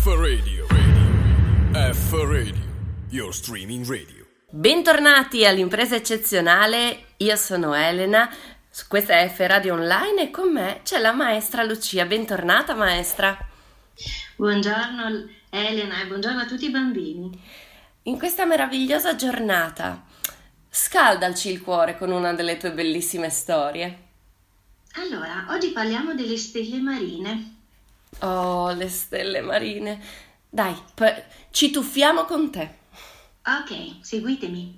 F Radio. F Radio, your streaming radio. Bentornati all'Impresa Eccezionale, io sono Elena, questa è F Radio Online e con me c'è la maestra Lucia. Bentornata maestra. Buongiorno Elena e buongiorno a tutti i bambini. In questa meravigliosa giornata, scaldaci il cuore con una delle tue bellissime storie. Allora, oggi parliamo delle stelle marine. Oh, le stelle marine. Dai, ci tuffiamo con te. Ok, seguitemi.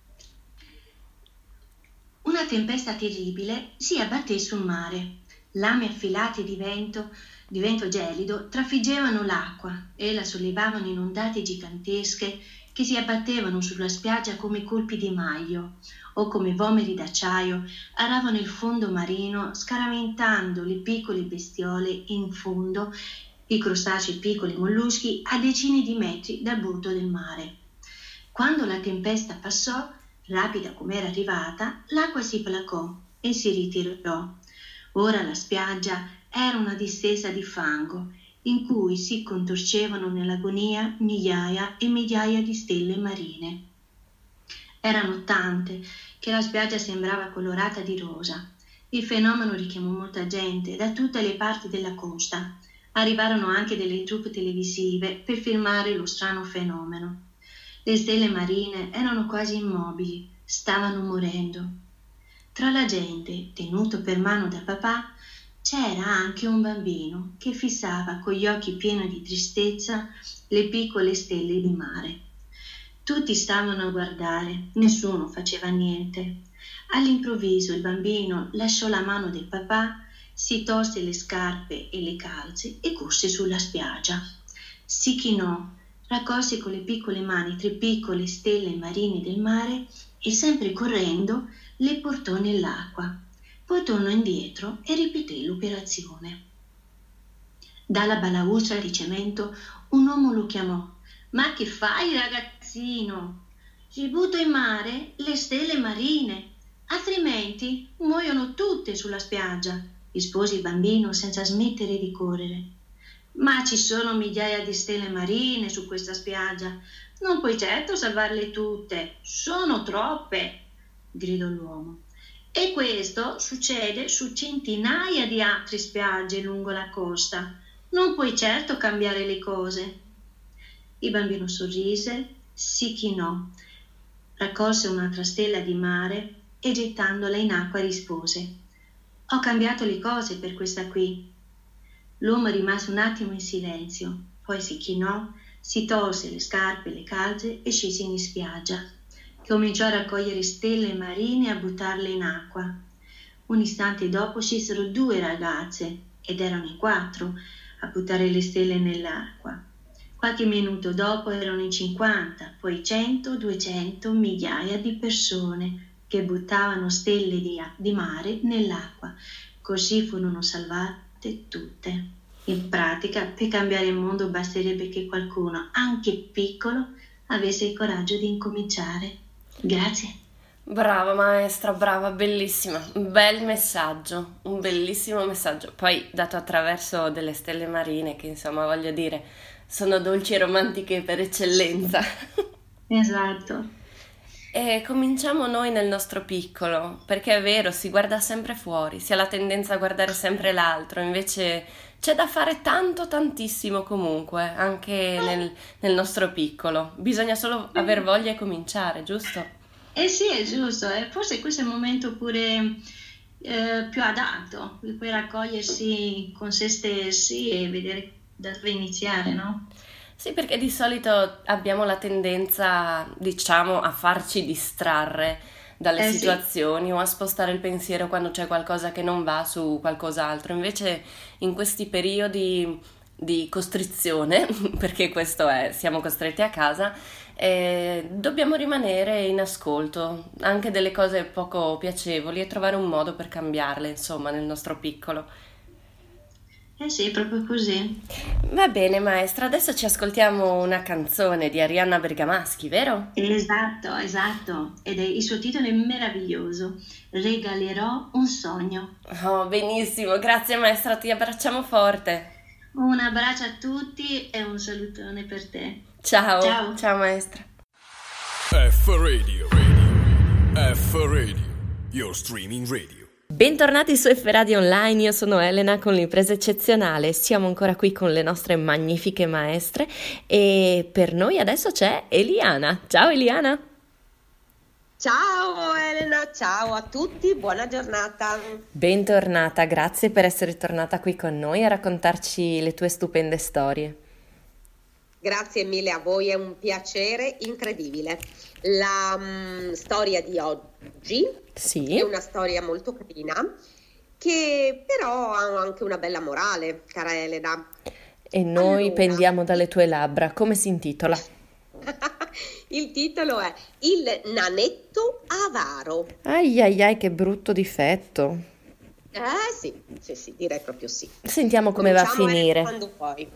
Una tempesta terribile si abbatté sul mare. Lame affilate di vento gelido trafiggevano l'acqua e la sollevavano in ondate gigantesche che si abbattevano sulla spiaggia come colpi di maglio o come vomeri d'acciaio, aravano il fondo marino scaraventando le piccole bestiole in fondo, i crostacei e piccoli molluschi a decine di metri dal bordo del mare. Quando la tempesta passò, rapida come era arrivata, l'acqua si placò e si ritirò. Ora la spiaggia era una distesa di fango in cui si contorcevano nell'agonia migliaia e migliaia di stelle marine. Erano tante che la spiaggia sembrava colorata di rosa. Il fenomeno richiamò molta gente da tutte le parti della costa. Arrivarono anche delle troupe televisive per filmare lo strano fenomeno. Le stelle marine erano quasi immobili, stavano morendo. Tra la gente, tenuto per mano da papà, c'era anche un bambino che fissava con gli occhi pieni di tristezza le piccole stelle di mare. Tutti stavano a guardare, nessuno faceva niente. All'improvviso il bambino lasciò la mano del papà, si tolse le scarpe e le calze e corse sulla spiaggia. Si chinò, raccolse con le piccole mani 3 piccole stelle marine del mare e sempre correndo le portò nell'acqua. Poi tornò indietro e ripeté l'operazione. Dalla balaustra di cemento un uomo lo chiamò. «Ma che fai, ragazzino? Ci butto in mare le stelle marine, altrimenti muoiono tutte sulla spiaggia», rispose il bambino senza smettere di correre. «Ma ci sono migliaia di stelle marine su questa spiaggia, non puoi certo salvarle tutte, sono troppe», gridò l'uomo. «E questo succede su centinaia di altre spiagge lungo la costa, non puoi certo cambiare le cose». Il bambino sorrise, si chinò, raccolse un'altra stella di mare e gettandola in acqua rispose: «Ho cambiato le cose per questa qui». L'uomo rimase un attimo in silenzio, poi si chinò, si tolse le scarpe e le calze e scese in spiaggia. Cominciò a raccogliere stelle marine e a buttarle in acqua. Un istante dopo scesero 2 ragazze, ed erano in 4, a buttare le stelle nell'acqua. Qualche minuto dopo erano in 50, poi 100, 200, migliaia di persone che buttavano stelle di mare nell'acqua. Così furono salvate tutte. In pratica, per cambiare il mondo basterebbe che qualcuno, anche piccolo, avesse il coraggio di incominciare. Grazie. Brava maestra, brava, bellissima, un bel messaggio, un bellissimo messaggio, poi dato attraverso delle stelle marine che insomma voglio dire sono dolci e romantiche per eccellenza. Esatto. E cominciamo noi nel nostro piccolo, perché è vero, si guarda sempre fuori, si ha la tendenza a guardare sempre l'altro, invece c'è da fare tantissimo comunque, anche nel nostro piccolo, bisogna solo aver voglia e cominciare, giusto? Sì, è giusto, e forse questo è il momento pure più adatto, per poi raccogliersi con se stessi e vedere da dove iniziare, no? Sì, perché di solito abbiamo la tendenza, diciamo, a farci distrarre dalle situazioni o a spostare il pensiero quando c'è qualcosa che non va su qualcos'altro. Invece in questi periodi di costrizione, perché questo è, siamo costretti a casa, dobbiamo rimanere in ascolto anche delle cose poco piacevoli e trovare un modo per cambiarle, insomma, nel nostro piccolo. Sì, proprio così. Va bene, maestra, adesso ci ascoltiamo una canzone di Arianna Bergamaschi, vero? Esatto, ed il suo titolo è meraviglioso, Regalerò un sogno. Oh, benissimo, grazie maestra, ti abbracciamo forte. Un abbraccio a tutti e un salutone per te. Ciao, Ciao. ciao maestra. F-Radio. F-Radio, your streaming radio. Bentornati su F Radio Online, io sono Elena con l'impresa eccezionale, siamo ancora qui con le nostre magnifiche maestre e per noi adesso c'è Eliana. Ciao Eliana! Ciao Elena, ciao a tutti, buona giornata. Bentornata, grazie per essere tornata qui con noi a raccontarci le tue stupende storie. Grazie mille a voi, è un piacere incredibile. La storia di oggi Sì, è una storia molto carina, che però ha anche una bella morale, cara Elena. e noi Allora, pendiamo dalle tue labbra, come si intitola? il titolo è Il nanetto avaro. Ai ai ai, che brutto difetto. Sì, direi proprio sì. Sentiamo come va a Cominciamo, finire. quando puoi.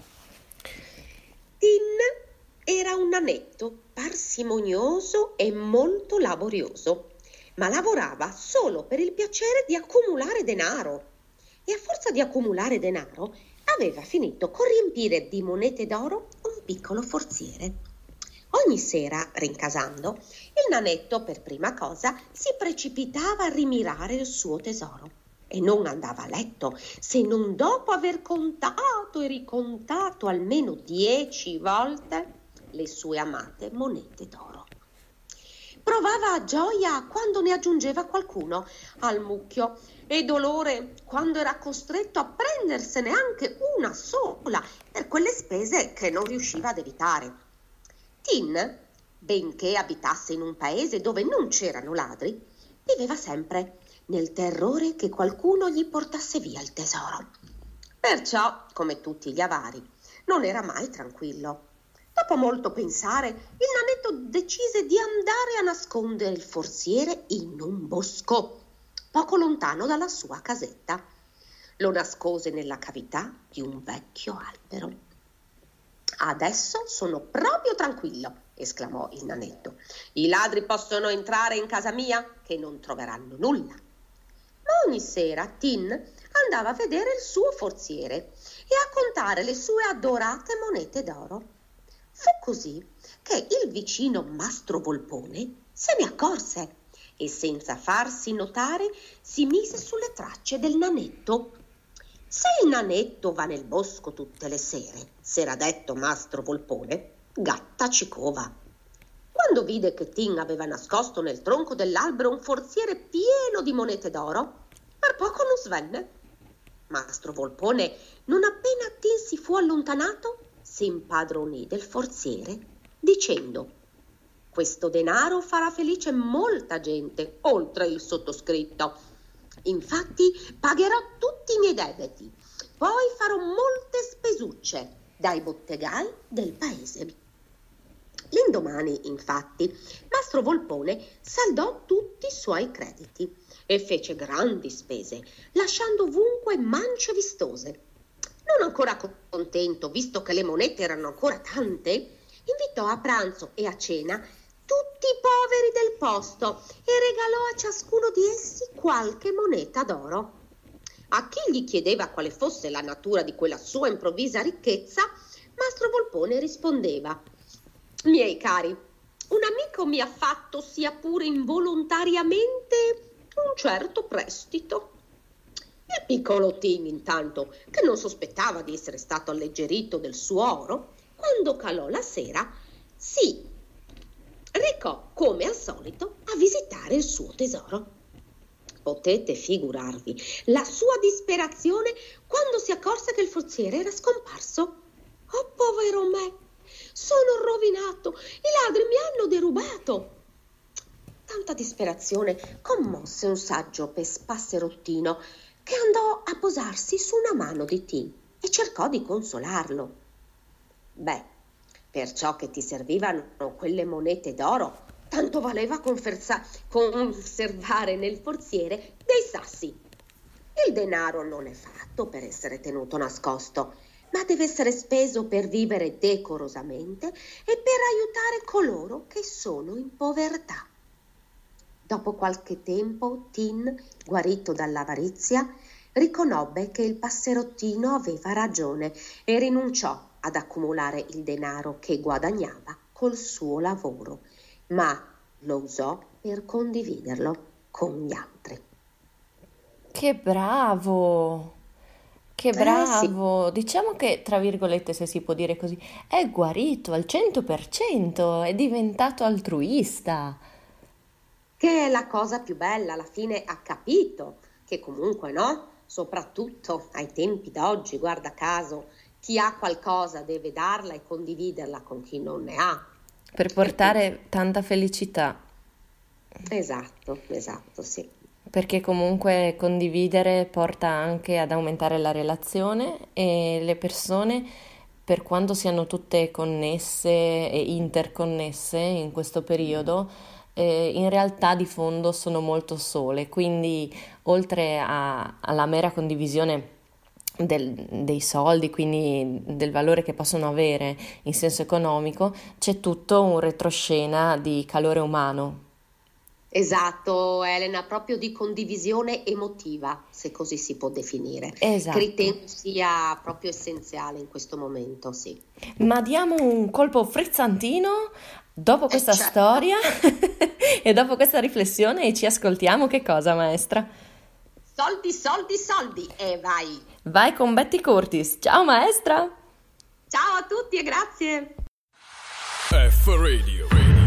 Tin era un nanetto parsimonioso e molto laborioso, ma lavorava solo per il piacere di accumulare denaro. E a forza di accumulare denaro aveva finito con riempire di monete d'oro un piccolo forziere. Ogni sera, rincasando, il nanetto per prima cosa si precipitava a rimirare il suo tesoro e non andava a letto se non dopo aver contato e ricontato almeno 10 volte le sue amate monete d'oro. Provava gioia quando ne aggiungeva qualcuno al mucchio e dolore quando era costretto a prendersene anche una sola per quelle spese che non riusciva ad evitare. Tin, benché abitasse in un paese dove non c'erano ladri, viveva sempre nel terrore che qualcuno gli portasse via il tesoro. Perciò, come tutti gli avari, non era mai tranquillo. Dopo molto pensare, il nanetto decise di andare a nascondere il forziere in un bosco, poco lontano dalla sua casetta. Lo nascose nella cavità di un vecchio albero. Adesso sono proprio tranquillo, esclamò il nanetto. I ladri possono entrare in casa mia, che non troveranno nulla. Ma ogni sera Tin andava a vedere il suo forziere e a contare le sue adorate monete d'oro. Fu così che il vicino Mastro Volpone se ne accorse e senza farsi notare si mise sulle tracce del nanetto. Se il nanetto va nel bosco tutte le sere, s'era detto Mastro Volpone, gatta ci cova. Quando vide che Tin aveva nascosto nel tronco dell'albero un forziere pieno di monete d'oro, per poco non svenne. Mastro Volpone, non appena Tin si fu allontanato, si impadronì del forziere, dicendo: questo denaro farà felice molta gente, oltre il sottoscritto. Infatti pagherò tutti i miei debiti, poi farò molte spesucce dai bottegai del paese. L'indomani, infatti, Mastro Volpone saldò tutti i suoi crediti e fece grandi spese, lasciando ovunque mance vistose. Non ancora contento, visto che le monete erano ancora tante, invitò a pranzo e a cena tutti i poveri del posto e regalò a ciascuno di essi qualche moneta d'oro. A chi gli chiedeva quale fosse la natura di quella sua improvvisa ricchezza, Mastro Volpone rispondeva: miei cari, un amico mi ha fatto, sia pure involontariamente, un certo prestito. Il piccolo Tin, intanto, che non sospettava di essere stato alleggerito del suo oro, quando calò la sera, si recò come al solito a visitare il suo tesoro. Potete figurarvi la sua disperazione quando si accorse che il forziere era scomparso. Oh, povero me, sono rovinato, i ladri mi hanno derubato. Tanta disperazione commosse un saggio passerottino che andò a posarsi su una mano di Tin e cercò di consolarlo. Beh, per ciò che ti servivano quelle monete d'oro, tanto valeva conservare nel forziere dei sassi. Il denaro non è fatto per essere tenuto nascosto, ma deve essere speso per vivere decorosamente e per aiutare coloro che sono in povertà. Dopo qualche tempo, Tin, guarito dall'avarizia, riconobbe che il passerottino aveva ragione e rinunciò ad accumulare il denaro che guadagnava col suo lavoro, ma lo usò per condividerlo con gli altri. Che bravo! Che Sì, bravo! Diciamo che, tra virgolette, se si può dire così, è guarito al 100%, è diventato altruista. che è la cosa più bella, alla fine ha capito che comunque no, soprattutto ai tempi d'oggi, guarda caso, chi ha qualcosa deve darla e condividerla con chi non ne ha. Per E quindi, portare tanta felicità. esatto, sì. Perché comunque condividere porta anche ad aumentare la relazione e le persone, per quanto siano tutte connesse e interconnesse in questo periodo, in realtà di fondo sono molto sole. Quindi, oltre alla mera condivisione dei soldi, quindi del valore che possono avere in senso economico, c'è tutto un retroscena di calore umano. Esatto, Elena, proprio di condivisione emotiva, se così si può definire, che Esatto. ritengo sia proprio essenziale in questo momento, sì. Ma diamo un colpo frizzantino dopo questa Certo. storia e dopo questa riflessione e ci ascoltiamo che cosa, maestra? Soldi, soldi, soldi, e vai. Vai con Betty Curtis. Ciao, maestra! Ciao a tutti e grazie. F Radio.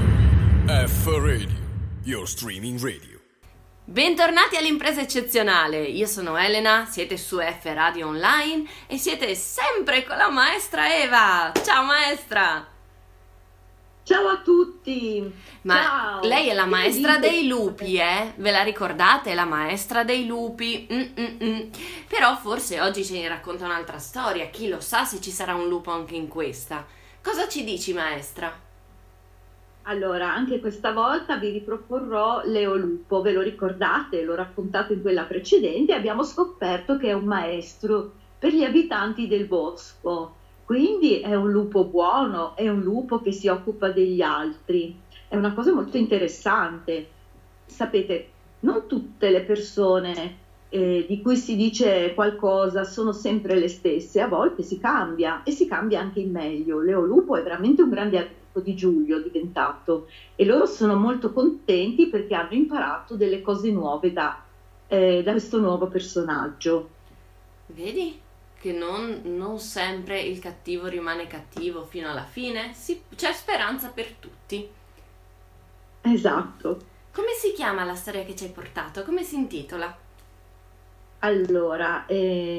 F Radio. Your streaming radio. Bentornati all'Impresa Eccezionale. Io sono Elena, siete su F Radio Online e siete sempre con la maestra Eva. Ciao, maestra! Ciao a tutti! Ma Ciao! lei è la Che mi maestra dite? dei lupi, eh? Ve la ricordate? La maestra dei lupi. Però forse oggi ce ne racconta un'altra storia. Chi lo sa se ci sarà un lupo anche in questa. Cosa ci dici, maestra? Allora, anche questa volta vi riproporrò Leo Lupo, ve lo ricordate? L'ho raccontato in quella precedente. Abbiamo scoperto che è un maestro per gli abitanti del bosco. Quindi è un lupo buono, è un lupo che si occupa degli altri. È una cosa molto interessante. Sapete, non tutte le persone di cui si dice qualcosa sono sempre le stesse, a volte si cambia e si cambia anche in meglio. Leo Lupo è veramente un grande amico di Giulio diventato e loro sono molto contenti perché hanno imparato delle cose nuove da questo nuovo personaggio. Vedi che non sempre il cattivo rimane cattivo fino alla fine? C'è speranza per tutti. Esatto. Come si chiama la storia che ci hai portato? Come si intitola? Allora,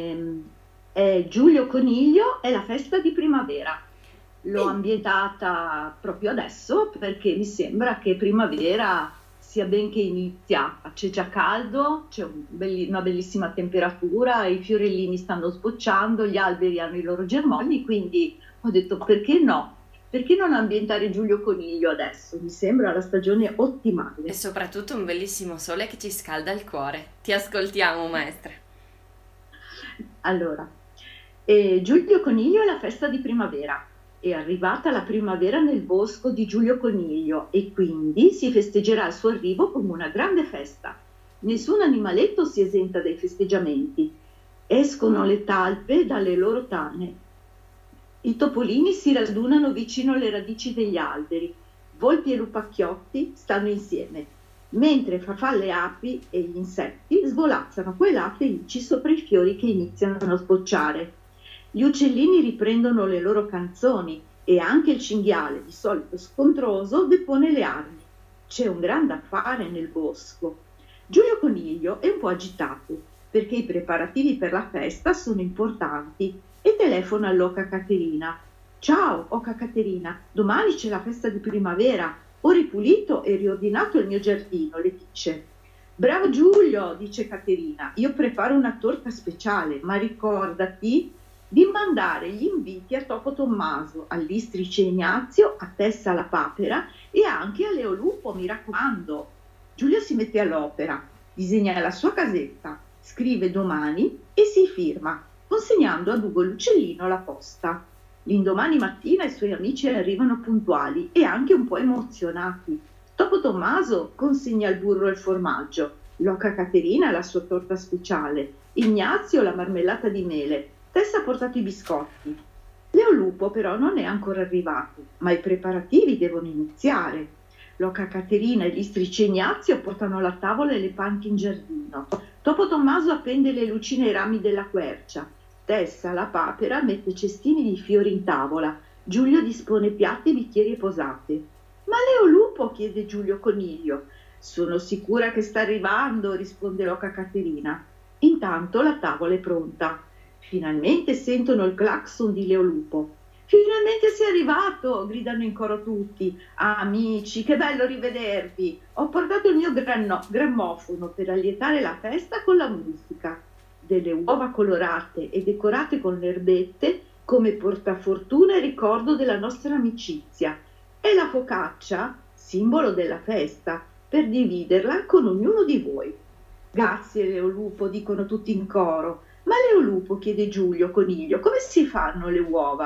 è Giulio Coniglio e la festa di primavera. L'ho Ben- ambientata proprio adesso perché mi sembra che primavera sia ben che iniziata. C'è già caldo, c'è una bellissima temperatura, i fiorellini stanno sbocciando, gli alberi hanno i loro germogli, quindi ho detto perché no? Perché non ambientare Giulio Coniglio adesso? Mi sembra la stagione E ottimale. soprattutto un bellissimo sole che ci scalda il cuore. Ti ascoltiamo, maestra. Allora, Giulio Coniglio è la festa di primavera. È arrivata la primavera nel bosco di Giulio Coniglio e quindi si festeggerà il suo arrivo come una grande festa. Nessun animaletto si esenta dai festeggiamenti. Escono le talpe dalle loro tane. I topolini si radunano vicino alle radici degli alberi. Volpi e lupacchiotti stanno insieme, mentre farfalle e api e gli insetti svolazzano qua e là felici sopra i fiori che iniziano a sbocciare. Gli uccellini riprendono le loro canzoni e anche il cinghiale, di solito scontroso, depone le armi. C'è un grande affare nel bosco. Giulio Coniglio è un po' agitato perché i preparativi per la festa sono importanti e telefona all'oca Caterina. Ciao, oca Caterina, domani c'è la festa di primavera. Ho ripulito e riordinato il mio giardino, le dice. Bravo Giulio, dice Caterina, io preparo una torta speciale, ma ricordati di mandare gli inviti a Topo Tommaso, all'Istrice Ignazio, a Tessa la Papera e anche a Leo Lupo, mi raccomando. Giulio si mette all'opera, disegna la sua casetta, scrive domani e si firma, consegnando ad Ugo l'uccellino la posta. L'indomani mattina i suoi amici arrivano puntuali e anche un po' emozionati. Topo Tommaso consegna il burro e il formaggio, l'oca Caterina la sua torta speciale Ignazio la marmellata di mele, Tessa ha portato i biscotti. Leolupo però non è ancora arrivato, ma i preparativi devono iniziare. Loca Caterina e l'istrice Ignazio portano la tavola e le panche in giardino. Topo Tommaso appende le lucine ai rami della quercia. Tessa, la papera, mette cestini di fiori in tavola. Giulio dispone piatti, bicchieri e posate. Ma Leolupo? Chiede Giulio Coniglio. Sono sicura che sta arrivando, risponde Loca Caterina. Intanto la tavola è pronta. Finalmente sentono il clacson di Leolupo. Finalmente sei arrivato, gridano in coro tutti. Ah, amici, che bello rivedervi. Ho portato il mio grammofono per allietare la festa con la musica. Delle uova colorate e decorate con le erbette come portafortuna e ricordo della nostra amicizia. E la focaccia, simbolo della festa, per dividerla con ognuno di voi. Grazie, Leolupo, dicono tutti in coro. Ma Leolupo, chiede Giulio Coniglio, come si fanno le uova?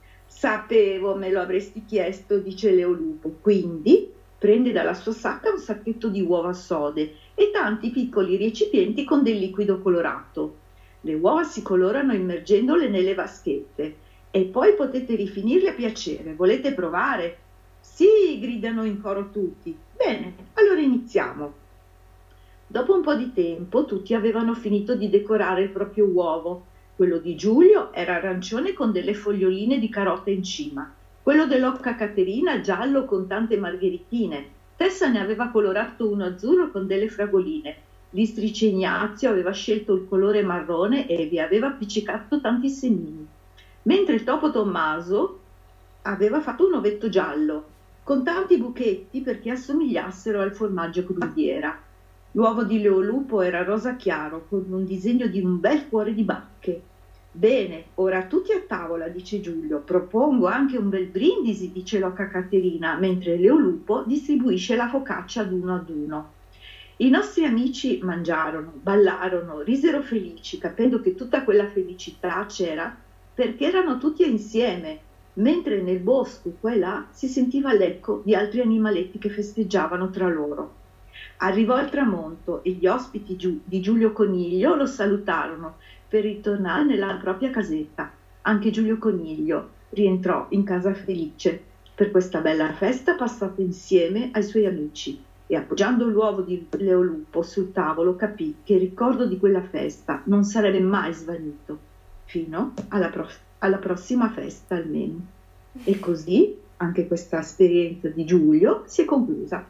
Sapevo me lo avresti chiesto, dice Leolupo. Quindi prende dalla sua sacca un sacchetto di uova sode e tanti piccoli recipienti con del liquido colorato. Le uova si colorano immergendole nelle vaschette e poi potete rifinirle a piacere. Volete provare? Sì, gridano in coro tutti. Bene, allora iniziamo. Dopo un po' di tempo tutti avevano finito di decorare il proprio uovo. Quello di Giulio era arancione con delle foglioline di carota in cima. Quello dell'Occa Caterina giallo con tante margheritine. Tessa ne aveva colorato uno azzurro con delle fragoline. L'istrice Ignazio aveva scelto il colore marrone e vi aveva appiccicato tanti semini. Mentre il Topo Tommaso aveva fatto un ovetto giallo, con tanti buchetti perché assomigliassero al formaggio crudiera. L'uovo di Leolupo era rosa chiaro, con un disegno di un bel cuore di bacche. Bene, ora tutti a tavola, dice Giulio. Propongo anche un bel brindisi, dice Loca Caterina, mentre Leolupo distribuisce la focaccia ad uno. I nostri amici mangiarono, ballarono, risero felici, capendo che tutta quella felicità c'era perché erano tutti insieme, mentre nel bosco qua e là si sentiva l'eco di altri animaletti che festeggiavano tra loro. Arrivò il tramonto e gli ospiti di Giulio Coniglio lo salutarono per ritornare nella propria casetta. Anche Giulio Coniglio rientrò in casa felice per questa bella festa passata insieme ai suoi amici e appoggiando l'uovo di Leolupo sul tavolo capì che il ricordo di quella festa non sarebbe mai svanito, fino alla prossima festa almeno. E così anche questa esperienza di Giulio si è conclusa.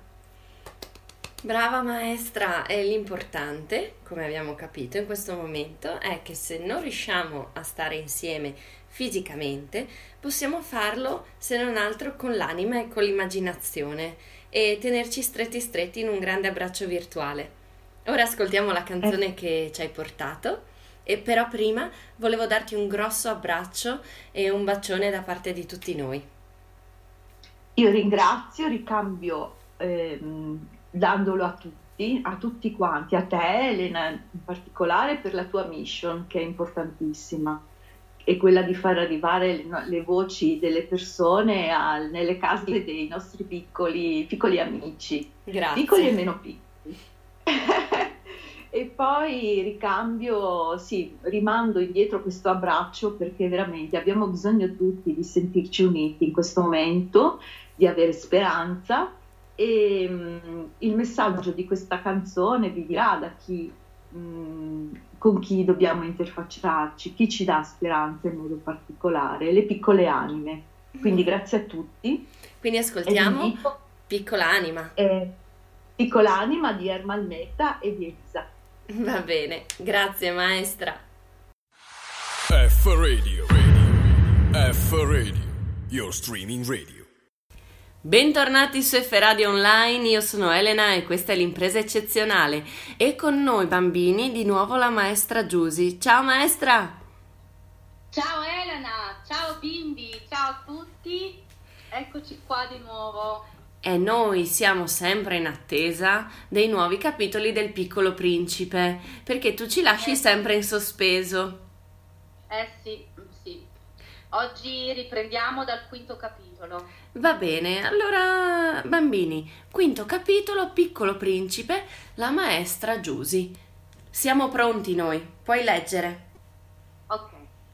Brava maestra, e l'importante, come abbiamo capito in questo momento, è che se non riusciamo a stare insieme fisicamente, possiamo farlo se non altro con l'anima e con l'immaginazione e tenerci stretti in un grande abbraccio virtuale. Ora ascoltiamo la canzone che ci hai portato, e però prima volevo darti un grosso abbraccio e un bacione da parte di tutti noi. Io ringrazio, ricambio dandolo a tutti quanti, a te Elena in particolare per la tua mission che è importantissima, è quella di far arrivare le voci delle persone nelle case dei nostri piccoli amici. Grazie. Piccoli e meno piccoli. E poi ricambio, sì, rimando indietro questo abbraccio perché veramente abbiamo bisogno tutti di sentirci uniti in questo momento, di avere speranza. E il messaggio di questa canzone vi dirà da chi, con chi dobbiamo interfacciarci, chi ci dà speranza in modo particolare, le piccole anime. Quindi grazie a tutti. Quindi ascoltiamo Piccola Anima. Piccola Anima di Ermal Meta e di Elisa. Va bene, grazie maestra. F Radio. F Radio, your streaming radio. Bentornati su F Radio Online, io sono Elena e questa è l'impresa eccezionale e con noi bambini di nuovo la maestra Giusy. Ciao maestra! Ciao Elena, ciao bimbi, ciao a tutti, eccoci qua di nuovo. E noi siamo sempre in attesa dei nuovi capitoli del Piccolo Principe, perché tu ci lasci sempre in sospeso. Sì. Oggi riprendiamo dal quinto capitolo. Va bene, allora bambini, quinto capitolo, Piccolo Principe, la maestra Giusy. Siamo pronti noi, puoi leggere. Ok.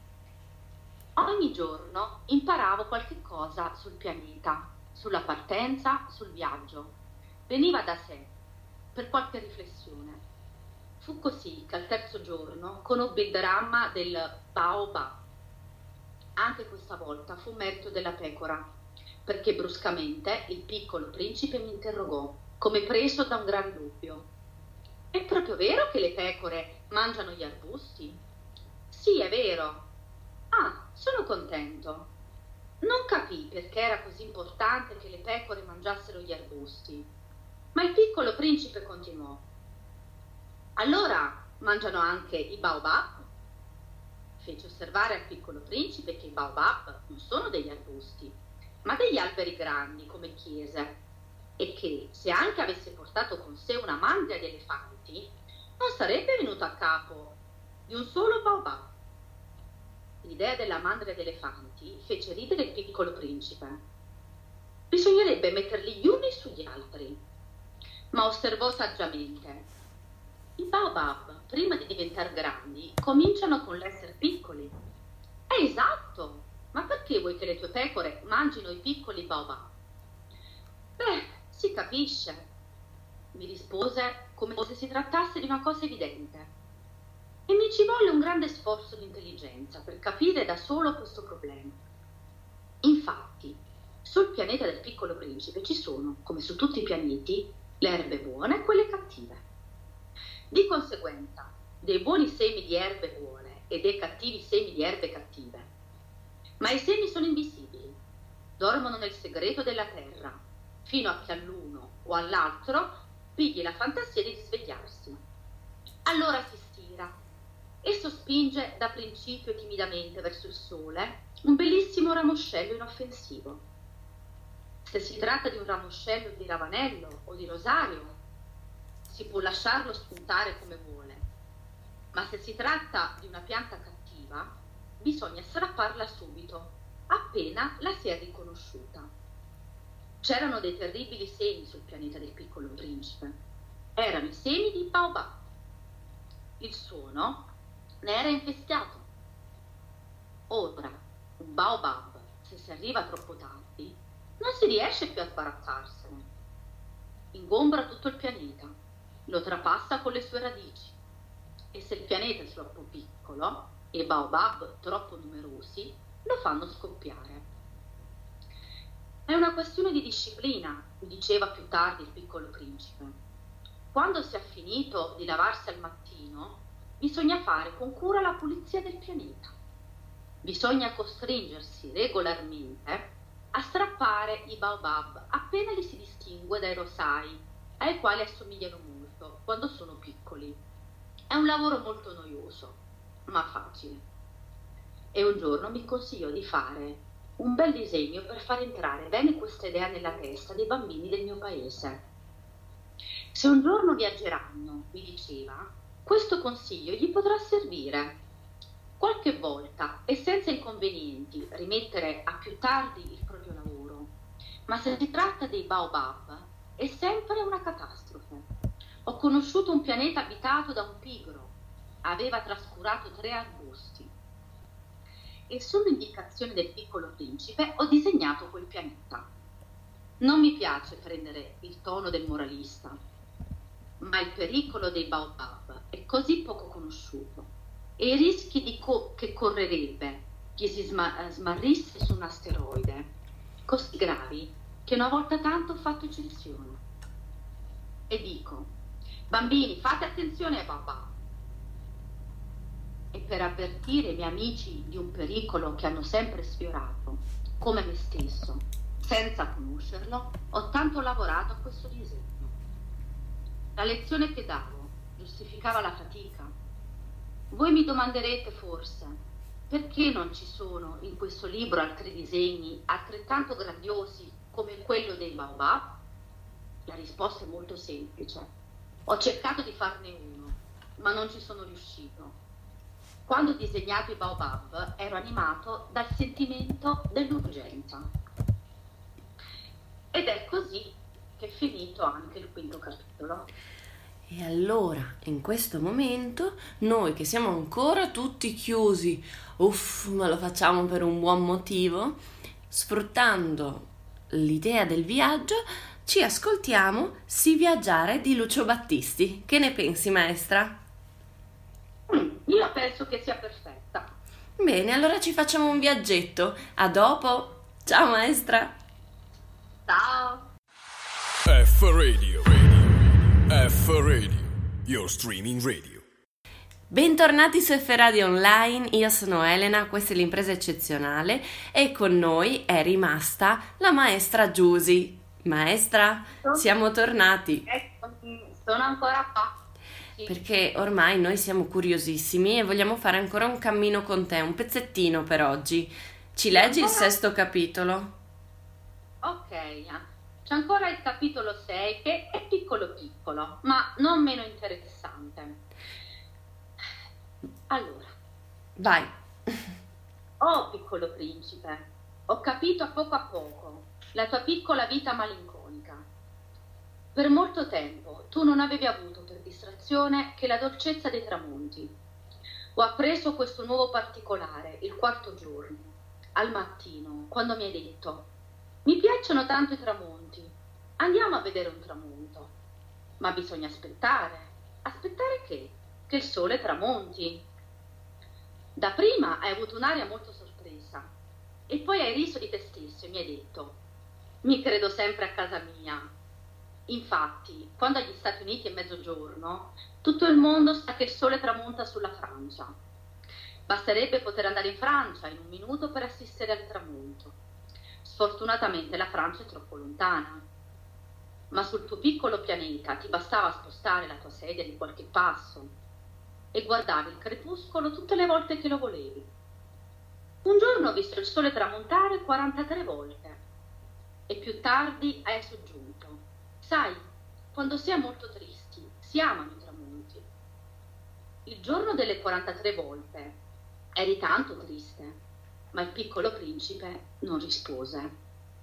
Ogni giorno imparavo qualche cosa sul pianeta, sulla partenza, sul viaggio. Veniva da sé, per qualche riflessione. Fu così che al terzo giorno conobbi il dramma del baobab. Anche questa volta fu merito della pecora, perché bruscamente il piccolo principe mi interrogò, come preso da un gran dubbio. È proprio vero che le pecore mangiano gli arbusti? Sì, è vero. Ah, sono contento. Non capì perché era così importante che le pecore mangiassero gli arbusti, ma il piccolo principe continuò. Allora mangiano anche i baobab? Fece osservare al piccolo principe che i baobab non sono degli arbusti, ma degli alberi grandi come chiese, e che se anche avesse portato con sé una mandria di elefanti, non sarebbe venuto a capo di un solo baobab. L'idea della mandria di elefanti fece ridere il piccolo principe. Bisognerebbe metterli gli uni sugli altri, ma osservò saggiamente. I baobab, prima di diventare grandi, cominciano con l'essere piccoli. È esatto, ma perché vuoi che le tue pecore mangino i piccoli baobab? Beh, si capisce, mi rispose come se si trattasse di una cosa evidente. E mi ci volle un grande sforzo di intelligenza per capire da solo questo problema. Infatti, sul pianeta del piccolo principe ci sono, come su tutti i pianeti, le erbe buone e quelle cattive. Di conseguenza, dei buoni semi di erbe buone e dei cattivi semi di erbe cattive. Ma i semi sono invisibili, dormono nel segreto della terra, fino a che all'uno o all'altro pigli la fantasia di svegliarsi. Allora si stira e sospinge da principio timidamente verso il sole un bellissimo ramoscello inoffensivo. Se si tratta di un ramoscello di ravanello o di rosario, si può lasciarlo spuntare come vuole, ma se si tratta di una pianta cattiva, bisogna strapparla subito, appena la si è riconosciuta. C'erano dei terribili semi sul pianeta del piccolo principe. Erano i semi di baobab. Il suono ne era infestato. Ora, un baobab, se si arriva troppo tardi, non si riesce più a sbarazzarsene. Ingombra tutto il pianeta, lo trapassa con le sue radici. E se il pianeta è troppo piccolo e i baobab troppo numerosi, lo fanno scoppiare. È una questione di disciplina, mi diceva più tardi il piccolo principe. Quando si è finito di lavarsi al mattino, bisogna fare con cura la pulizia del pianeta. Bisogna costringersi regolarmente a strappare i baobab appena li si distingue dai rosai, ai quali assomigliano molto quando sono piccoli. È un lavoro molto noioso, ma facile. E un giorno mi consigliò di fare un bel disegno per far entrare bene questa idea nella testa dei bambini del mio paese. Se un giorno viaggeranno, mi diceva, questo consiglio gli potrà servire. Qualche volta e senza inconvenienti rimettere a più tardi il proprio lavoro, ma se si tratta dei baobab è sempre una catastrofe. Ho conosciuto un pianeta abitato da un pigro, aveva trascurato 3 arbusti e su indicazione del piccolo principe ho disegnato quel pianeta. Non mi piace prendere il tono del moralista, ma il pericolo dei baobab è così poco conosciuto e i rischi che correrebbe chi si smarrisse su un asteroide così gravi che una volta tanto ho fatto eccezione. E dico, bambini, fate attenzione ai baobab. E per avvertire i miei amici di un pericolo che hanno sempre sfiorato, come me stesso, senza conoscerlo, ho tanto lavorato a questo disegno. La lezione che davo giustificava la fatica. Voi mi domanderete forse, perché non ci sono in questo libro altri disegni altrettanto grandiosi come quello dei baobab? La risposta è molto semplice. Ho cercato di farne uno, ma non ci sono riuscito. Quando ho disegnato i baobab ero animato dal sentimento dell'urgenza. Ed è così che è finito anche il 5° capitolo. E allora, in questo momento, noi che siamo ancora tutti chiusi, ma lo facciamo per un buon motivo, sfruttando l'idea del viaggio, ci ascoltiamo Si viaggiare di Lucio Battisti. Che ne pensi, maestra? Io penso che sia perfetta. Bene, allora ci facciamo un viaggetto. A dopo. Ciao, maestra. Ciao. F Radio. F Radio, your streaming radio. Bentornati su F Radio Online, io sono Elena, questa è l'impresa eccezionale e con noi è rimasta la maestra Giusy. Maestra, siamo tornati. Sono ancora qua. Sì. Perché ormai noi siamo curiosissimi e vogliamo fare ancora un cammino con te, un pezzettino per oggi. Ci leggi il 6° capitolo? Ok. C'è ancora il capitolo 6 che è piccolo, ma non meno interessante. Allora. Vai. Oh, piccolo principe, ho capito a poco la tua piccola vita malinconica. Per molto tempo tu non avevi avuto per distrazione che la dolcezza dei tramonti. Ho appreso questo nuovo particolare il 4° giorno, al mattino, quando mi hai detto: mi piacciono tanto i tramonti, andiamo a vedere un tramonto. Ma bisogna aspettare. Aspettare che? Che il sole tramonti. Dapprima hai avuto un'aria molto sorpresa e poi hai riso di te stesso e mi hai detto: mi credo sempre a casa mia. Infatti, quando agli Stati Uniti è mezzogiorno, tutto il mondo sa che il sole tramonta sulla Francia. Basterebbe poter andare in Francia in un minuto per assistere al tramonto. Sfortunatamente la Francia è troppo lontana, ma sul tuo piccolo pianeta ti bastava spostare la tua sedia di qualche passo e guardare il crepuscolo tutte le volte che lo volevi. Un giorno ho visto il sole tramontare 43 volte e più tardi hai soggiunto: sai, quando si è molto tristi si amano i tramonti. Il giorno delle 43 volte eri tanto triste, ma il piccolo principe non rispose.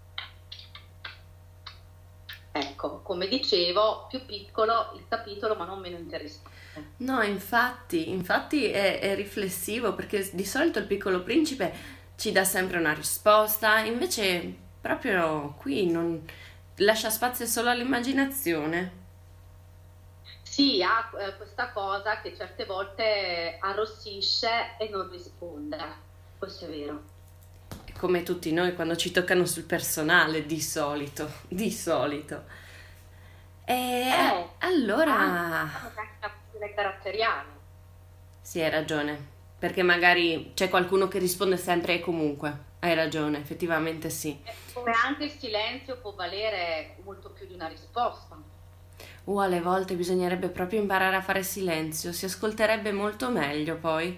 Ecco, come dicevo, più piccolo il capitolo, ma non meno interessante. No, infatti è riflessivo, perché di solito il piccolo principe ci dà sempre una risposta, invece proprio qui non lascia spazio solo all'immaginazione. Sì, ha questa cosa che certe volte arrossisce e non risponde. Questo è vero. Come tutti noi quando ci toccano sul personale, di solito. E allora... le caratteriali. Sì, hai ragione, perché magari c'è qualcuno che risponde sempre e comunque. Hai ragione, effettivamente sì. Come anche il silenzio può valere molto più di una risposta. Alle volte bisognerebbe proprio imparare a fare silenzio, si ascolterebbe molto meglio poi.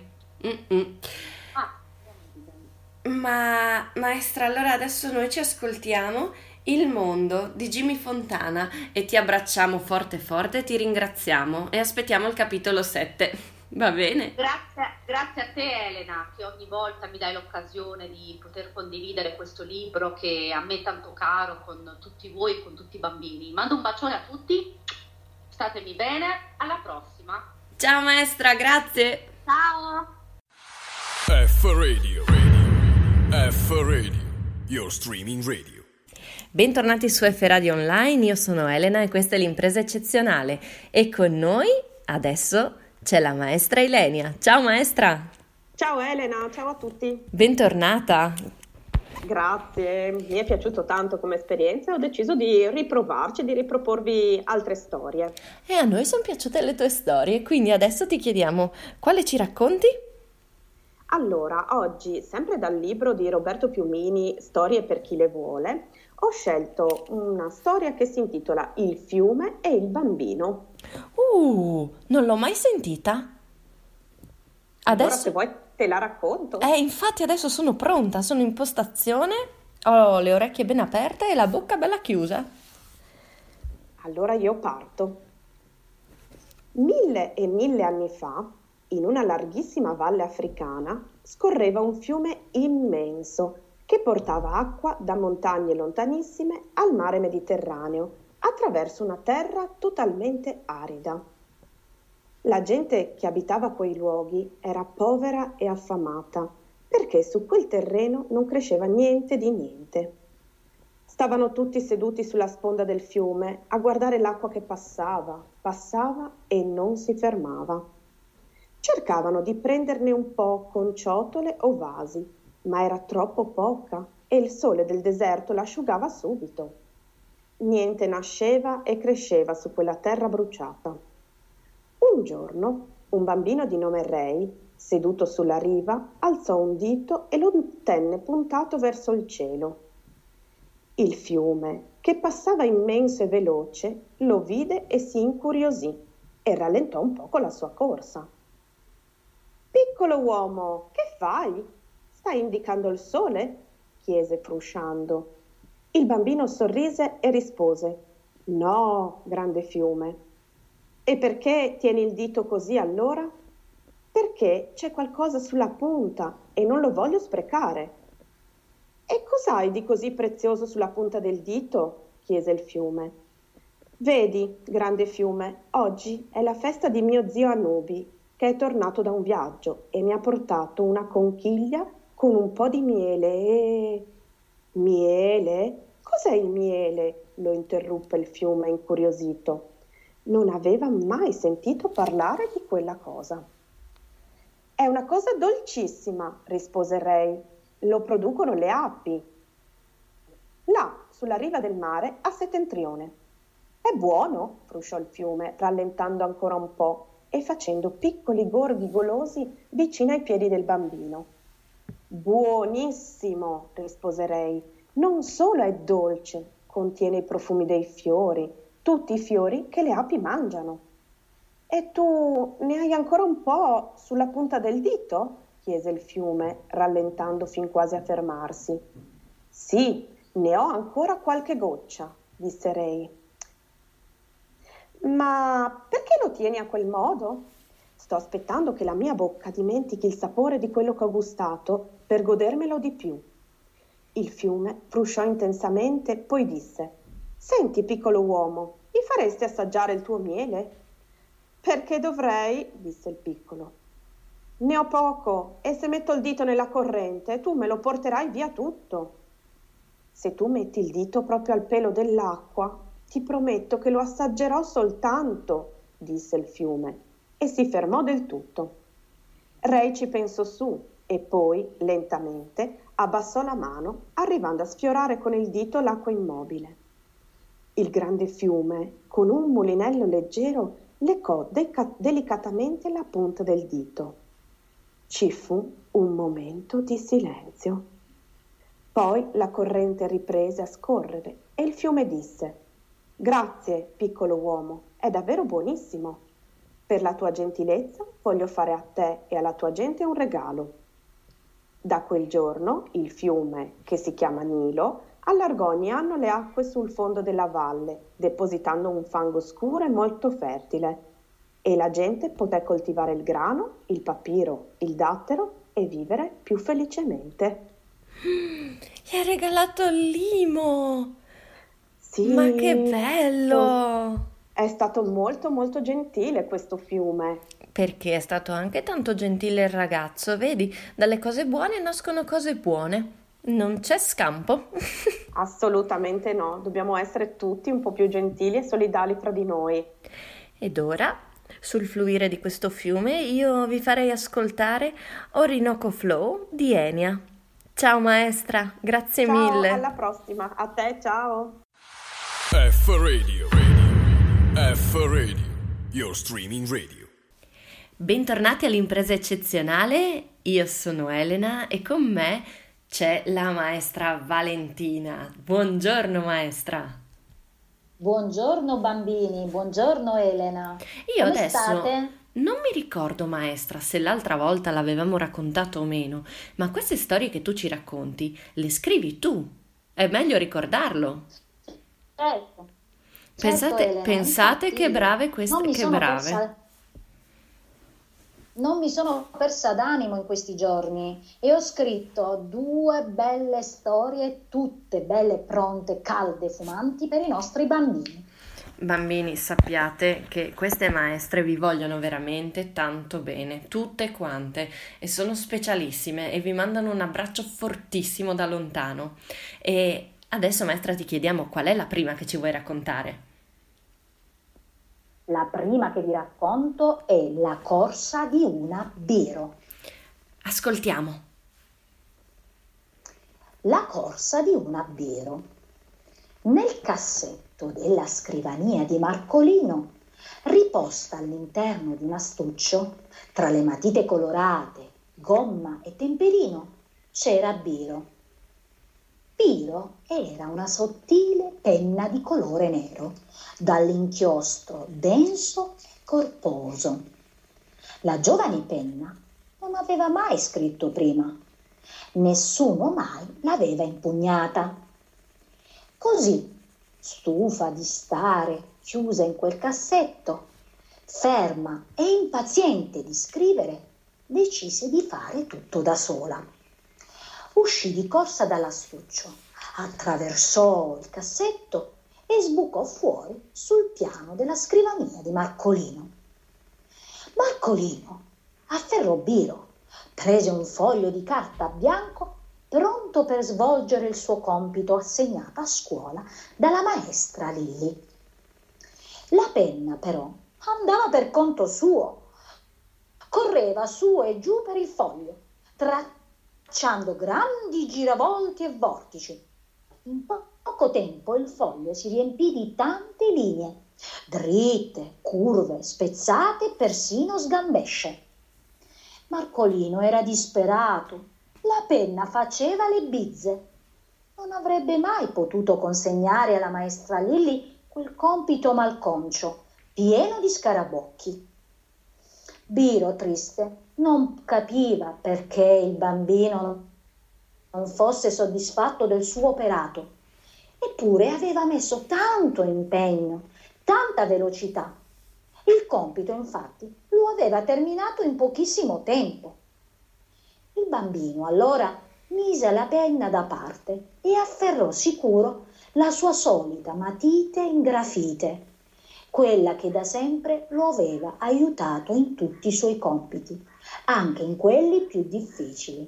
Ma maestra, allora adesso noi ci ascoltiamo Il mondo di Jimmy Fontana e ti abbracciamo forte forte, ti ringraziamo e aspettiamo il capitolo 7. Va bene? Grazie a te Elena, che ogni volta mi dai l'occasione di poter condividere questo libro che a me è tanto caro con tutti voi e con tutti i bambini. Mando un bacione a tutti, statemi bene, alla prossima. Ciao maestra, grazie. Ciao. F Radio, your streaming radio. Bentornati su F Radio Online, io sono Elena e questa è l'impresa eccezionale e con noi adesso c'è la maestra Ilenia. Ciao maestra! Ciao Elena, ciao a tutti! Bentornata! Grazie, mi è piaciuto tanto come esperienza e ho deciso di riprovarci, di riproporvi altre storie. E a noi sono piaciute le tue storie, quindi adesso ti chiediamo quale ci racconti? Allora, oggi, sempre dal libro di Roberto Piumini, Storie per chi le vuole, ho scelto una storia che si intitola Il fiume e il bambino. Non l'ho mai sentita. Adesso, se vuoi te la racconto. Infatti adesso sono pronta, sono in postazione, ho le orecchie ben aperte e la bocca bella chiusa. Allora io parto. 1000 e 1000 anni fa, in una larghissima valle africana, scorreva un fiume immenso che portava acqua da montagne lontanissime al mare Mediterraneo, attraverso una terra totalmente arida. La gente che abitava quei luoghi era povera e affamata, perché su quel terreno non cresceva niente di niente. Stavano tutti seduti sulla sponda del fiume a guardare l'acqua che passava, passava e non si fermava. Cercavano di prenderne un po' con ciotole o vasi, ma era troppo poca e il sole del deserto l'asciugava subito. Niente nasceva e cresceva su quella terra bruciata. Un giorno, un bambino di nome Ray, seduto sulla riva, alzò un dito e lo tenne puntato verso il cielo. Il fiume, che passava immenso e veloce, lo vide e si incuriosì e rallentò un poco la sua corsa. «Piccolo uomo, che fai? Stai indicando il sole?» chiese frusciando. Il bambino sorrise e rispose: «No, grande fiume». «E perché tieni il dito così allora?» «Perché c'è qualcosa sulla punta e non lo voglio sprecare». «E cos'hai di così prezioso sulla punta del dito?» chiese il fiume. «Vedi, grande fiume, oggi è la festa di mio zio Anubi, che è tornato da un viaggio e mi ha portato una conchiglia con un po' di miele e...» «Miele? Cos'è il miele?» lo interruppe il fiume incuriosito. Non aveva mai sentito parlare di quella cosa. «È una cosa dolcissima», rispose Ray. «Lo producono le api. Là, sulla riva del mare, a settentrione». «È buono?» frusciò il fiume, rallentando ancora un po' e facendo piccoli gorghi golosi vicino ai piedi del bambino. «Buonissimo!» rispose Ray. «Non solo è dolce, contiene i profumi dei fiori, tutti i fiori che le api mangiano». «E tu ne hai ancora un po' sulla punta del dito?» chiese il fiume, rallentando fin quasi a fermarsi. «Sì, ne ho ancora qualche goccia», disse Ray. «Ma perché lo tieni a quel modo?» «Sto aspettando che la mia bocca dimentichi il sapore di quello che ho gustato per godermelo di più». Il fiume frusciò intensamente, poi disse: «Senti, piccolo uomo, mi faresti assaggiare il tuo miele?» «Perché dovrei?» disse il piccolo. «Ne ho poco e se metto il dito nella corrente tu me lo porterai via tutto». «Se tu metti il dito proprio al pelo dell'acqua, ti prometto che lo assaggerò soltanto», disse il fiume e si fermò del tutto. Ray ci pensò su e poi, lentamente, abbassò la mano, arrivando a sfiorare con il dito l'acqua immobile. Il grande fiume, con un mulinello leggero, leccò delicatamente la punta del dito. Ci fu un momento di silenzio. Poi la corrente riprese a scorrere e il fiume disse: «Grazie, piccolo uomo, è davvero buonissimo. Per la tua gentilezza voglio fare a te e alla tua gente un regalo». Da quel giorno il fiume, che si chiama Nilo, allargò ogni anno le acque sul fondo della valle, depositando un fango scuro e molto fertile, e la gente poté coltivare il grano, il papiro, il dattero e vivere più felicemente. Gli ha regalato il limo! Sì, Ma che bello! È stato molto molto gentile questo fiume. Perché è stato anche tanto gentile il ragazzo, vedi? Dalle cose buone nascono cose buone. Non c'è scampo. Assolutamente no, dobbiamo essere tutti un po' più gentili e solidali fra di noi. Ed ora, sul fluire di questo fiume, io vi farei ascoltare Orinoco Flow di Enya. Ciao maestra, grazie mille. Ciao, alla prossima. A te, ciao. F Radio. F Radio, your streaming radio. Bentornati all'Impresa Eccezionale, io sono Elena e con me c'è la maestra Valentina. Buongiorno maestra. Buongiorno bambini, buongiorno Elena. Io Come adesso state? non mi ricordo maestra se l'altra volta l'avevamo raccontato o meno, ma queste storie che tu ci racconti le scrivi tu. È meglio ricordarlo. Certo. Pensate, Elena, pensate infatti, che brave queste, che brave. Non mi sono persa d'animo in questi giorni e ho scritto 2 belle storie, tutte belle, pronte, calde, fumanti per i nostri bambini. Bambini, sappiate che queste maestre vi vogliono veramente tanto bene, tutte quante, e sono specialissime e vi mandano un abbraccio fortissimo da lontano. E adesso, maestra, ti chiediamo qual è la prima che ci vuoi raccontare. La prima che vi racconto è la corsa di una Biro. Ascoltiamo. La corsa di una Biro. Nel cassetto della scrivania di Marcolino, riposta all'interno di un astuccio, tra le matite colorate, gomma e temperino, c'era Biro. Biro era una sottile penna di colore nero, dall'inchiostro denso e corposo. La giovane penna non aveva mai scritto prima. Nessuno mai l'aveva impugnata. Così, stufa di stare chiusa in quel cassetto, ferma e impaziente di scrivere, decise di fare tutto da sola. Uscì di corsa dall'astuccio, attraversò il cassetto e sbucò fuori sul piano della scrivania di Marcolino. Marcolino afferrò Biro, prese un foglio di carta bianco pronto per svolgere il suo compito assegnato a scuola dalla maestra Lilli. La penna, però, andava per conto suo, correva su e giù per il foglio, tracciando grandi giravolte e vortici. In poco tempo il foglio si riempì di tante linee, dritte, curve, spezzate e persino sgambesce. Marcolino era disperato. La penna faceva le bizze. Non avrebbe mai potuto consegnare alla maestra Lilli quel compito malconcio, pieno di scarabocchi. Biro, triste, non capiva perché il bambino non fosse soddisfatto del suo operato. Eppure aveva messo tanto impegno, tanta velocità. Il compito, infatti, lo aveva terminato in pochissimo tempo. Il bambino allora mise la penna da parte e afferrò sicuro la sua solita matita in grafite, quella che da sempre lo aveva aiutato in tutti i suoi compiti, anche in quelli più difficili.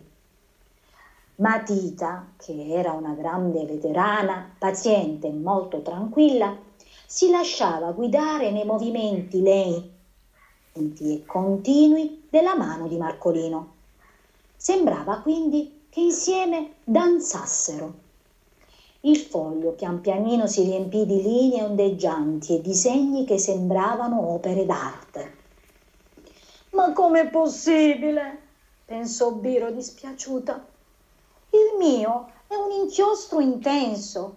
Matita, che era una grande veterana, paziente e molto tranquilla, si lasciava guidare nei movimenti lenti e continui della mano di Marcolino. Sembrava quindi che insieme danzassero. Il foglio pian pianino si riempì di linee ondeggianti e disegni che sembravano opere d'arte. «Ma com'è possibile?» pensò Biro dispiaciuta. «Il mio è un inchiostro intenso.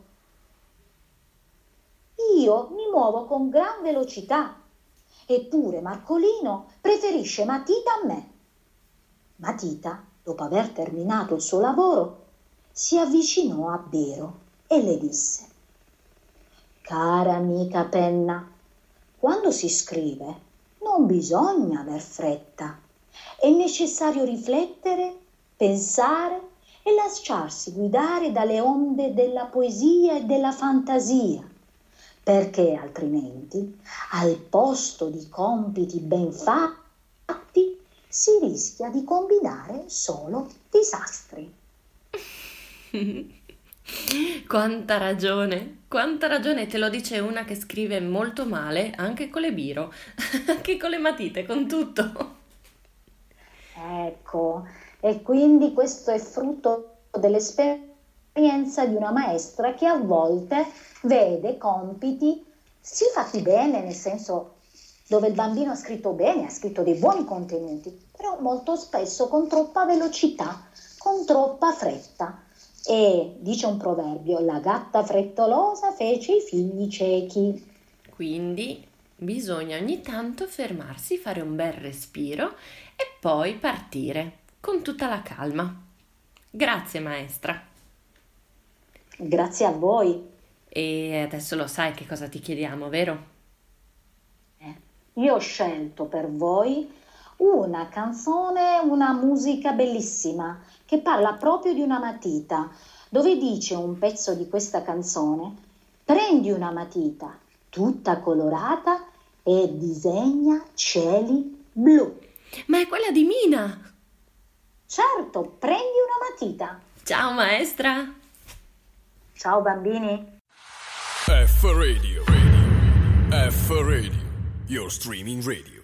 Io mi muovo con gran velocità, eppure Marcolino preferisce matita a me». Matita, dopo aver terminato il suo lavoro, si avvicinò a Biro e le disse: «Cara amica penna, quando si scrive non bisogna aver fretta. È necessario riflettere, pensare e lasciarsi guidare dalle onde della poesia e della fantasia, perché altrimenti, al posto di compiti ben fatti, si rischia di combinare solo disastri». Quanta ragione, te lo dice una che scrive molto male anche con le biro, anche con le matite, con tutto. Ecco, e quindi questo è frutto dell'esperienza di una maestra che a volte vede compiti sì fatti bene, nel senso dove il bambino ha scritto bene, ha scritto dei buoni contenuti, però molto spesso con troppa velocità, con troppa fretta. E dice un proverbio: la gatta frettolosa fece i figli ciechi. Quindi bisogna ogni tanto fermarsi, fare un bel respiro e poi partire con tutta la calma. Grazie maestra. Grazie a voi. E adesso lo sai che cosa ti chiediamo, vero? Io ho scelto per voi una canzone, una musica bellissima che parla proprio di una matita, dove dice un pezzo di questa canzone: prendi una matita, tutta colorata e disegna cieli blu. Ma è quella di Mina! Certo, prendi una matita. Ciao maestra! Ciao bambini. F Radio. F Radio, your streaming radio.